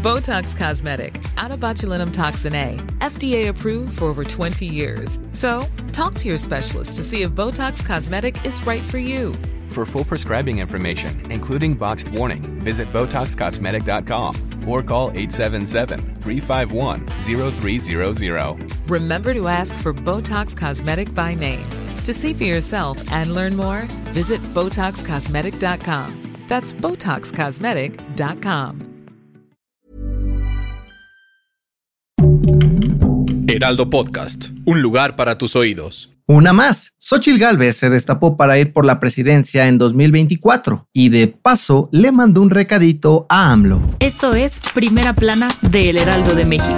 Botox Cosmetic, out of botulinum toxin A, FDA approved for over 20 years. So, talk to your specialist to see if Botox Cosmetic is right for you. For full prescribing information, including boxed warning, visit BotoxCosmetic.com or call 877-351-0300. Remember to ask for Botox Cosmetic by name. To see for yourself and learn more, visit BotoxCosmetic.com. That's BotoxCosmetic.com. Heraldo Podcast, un lugar para tus oídos. Una más, Xóchitl Gálvez se destapó para ir por la presidencia en 2024 y de paso le mandó un recadito a AMLO. Esto es Primera Plana de El Heraldo de México.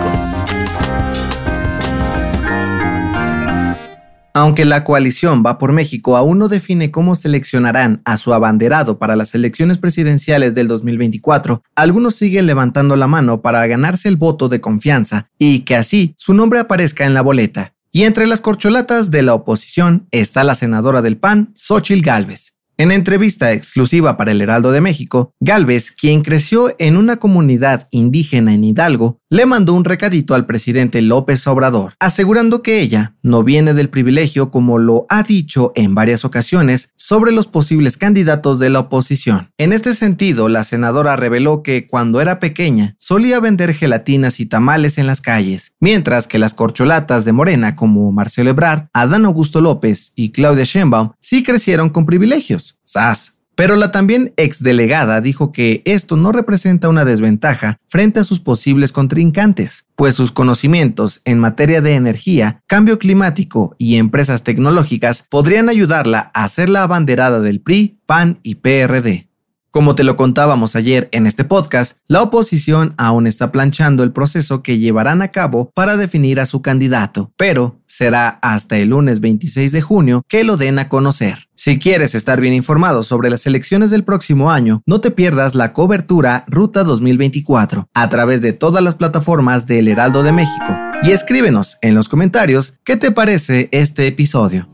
Aunque la coalición Va por México aún no define cómo seleccionarán a su abanderado para las elecciones presidenciales del 2024, algunos siguen levantando la mano para ganarse el voto de confianza y que así su nombre aparezca en la boleta. Y entre las corcholatas de la oposición está la senadora del PAN, Xóchitl Gálvez. En entrevista exclusiva para El Heraldo de México, Gálvez, quien creció en una comunidad indígena en Hidalgo, le mandó un recadito al presidente López Obrador, asegurando que ella no viene del privilegio como lo ha dicho en varias ocasiones sobre los posibles candidatos de la oposición. En este sentido, la senadora reveló que cuando era pequeña solía vender gelatinas y tamales en las calles, mientras que las corcholatas de Morena como Marcelo Ebrard, Adán Augusto López y Claudia Sheinbaum sí crecieron con privilegios. ¡Sas! Pero la también exdelegada dijo que esto no representa una desventaja frente a sus posibles contrincantes, pues sus conocimientos en materia de energía, cambio climático y empresas tecnológicas podrían ayudarla a ser la abanderada del PRI, PAN y PRD. Como te lo contábamos ayer en este podcast, la oposición aún está planchando el proceso que llevarán a cabo para definir a su candidato, pero será hasta el lunes 26 de junio que lo den a conocer. Si quieres estar bien informado sobre las elecciones del próximo año, no te pierdas la cobertura Ruta 2024 a través de todas las plataformas de El Heraldo de México. Y escríbenos en los comentarios qué te parece este episodio.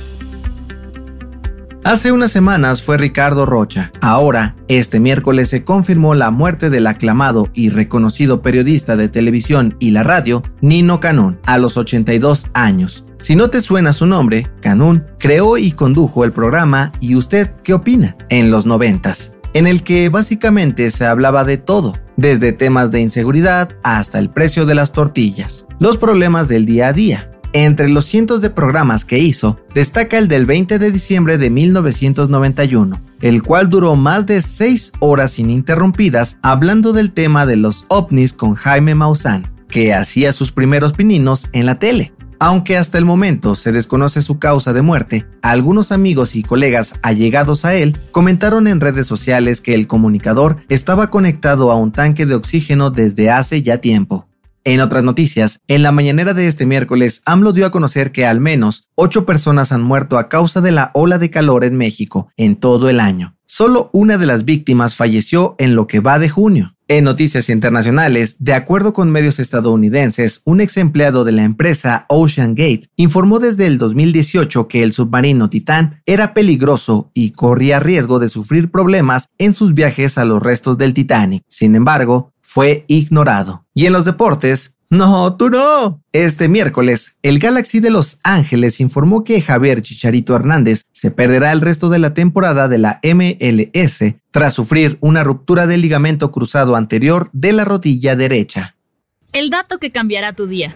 Hace unas semanas fue Ricardo Rocha. Ahora, este miércoles se confirmó la muerte del aclamado y reconocido periodista de televisión y la radio, Nino Canún, a los 82 años. Si no te suena su nombre, Canún creó y condujo el programa ¿Y usted qué opina? En los 90s, en el que básicamente se hablaba de todo, desde temas de inseguridad hasta el precio de las tortillas, los problemas del día a día. Entre los cientos de programas que hizo, destaca el del 20 de diciembre de 1991, el cual duró más de 6 horas ininterrumpidas hablando del tema de los ovnis con Jaime Maussan, que hacía sus primeros pininos en la tele. Aunque hasta el momento se desconoce su causa de muerte, algunos amigos y colegas allegados a él comentaron en redes sociales que el comunicador estaba conectado a un tanque de oxígeno desde hace ya tiempo. En otras noticias, en la mañanera de este miércoles, AMLO dio a conocer que al menos 8 personas han muerto a causa de la ola de calor en México en todo el año. Solo una de las víctimas falleció en lo que va de junio. En noticias internacionales, de acuerdo con medios estadounidenses, un ex empleado de la empresa Ocean Gate informó desde el 2018 que el submarino Titán era peligroso y corría riesgo de sufrir problemas en sus viajes a los restos del Titanic. Sin embargo, fue ignorado. Y en los deportes, ¡no, tú no! Este miércoles, el Galaxy de Los Ángeles informó que Javier Chicharito Hernández se perderá el resto de la temporada de la MLS tras sufrir una ruptura del ligamento cruzado anterior de la rodilla derecha. El dato que cambiará tu día.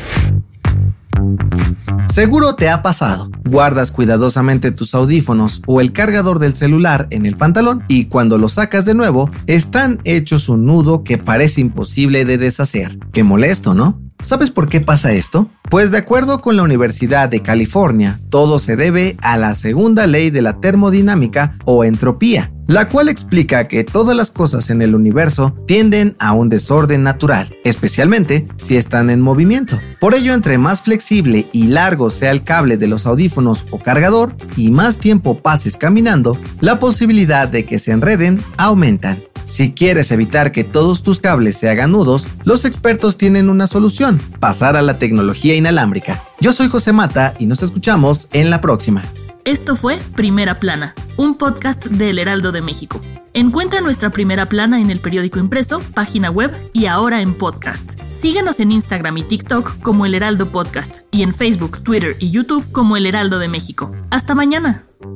Seguro te ha pasado. Guardas cuidadosamente tus audífonos o el cargador del celular en el pantalón y cuando lo sacas de nuevo, están hechos un nudo que parece imposible de deshacer. Qué molesto, ¿no? ¿Sabes por qué pasa esto? Pues de acuerdo con la Universidad de California, todo se debe a la segunda ley de la termodinámica o entropía, la cual explica que todas las cosas en el universo tienden a un desorden natural, especialmente si están en movimiento. Por ello, entre más flexible y largo sea el cable de los audífonos o cargador y más tiempo pases caminando, la posibilidad de que se enreden aumentan. Si quieres evitar que todos tus cables se hagan nudos, los expertos tienen una solución: pasar a la tecnología inalámbrica. Yo soy José Mata y nos escuchamos en la próxima. Esto fue Primera Plana, un podcast de El Heraldo de México. Encuentra nuestra Primera Plana en el periódico impreso, página web y ahora en podcast. Síguenos en Instagram y TikTok como El Heraldo Podcast y en Facebook, Twitter y YouTube como El Heraldo de México. ¡Hasta mañana!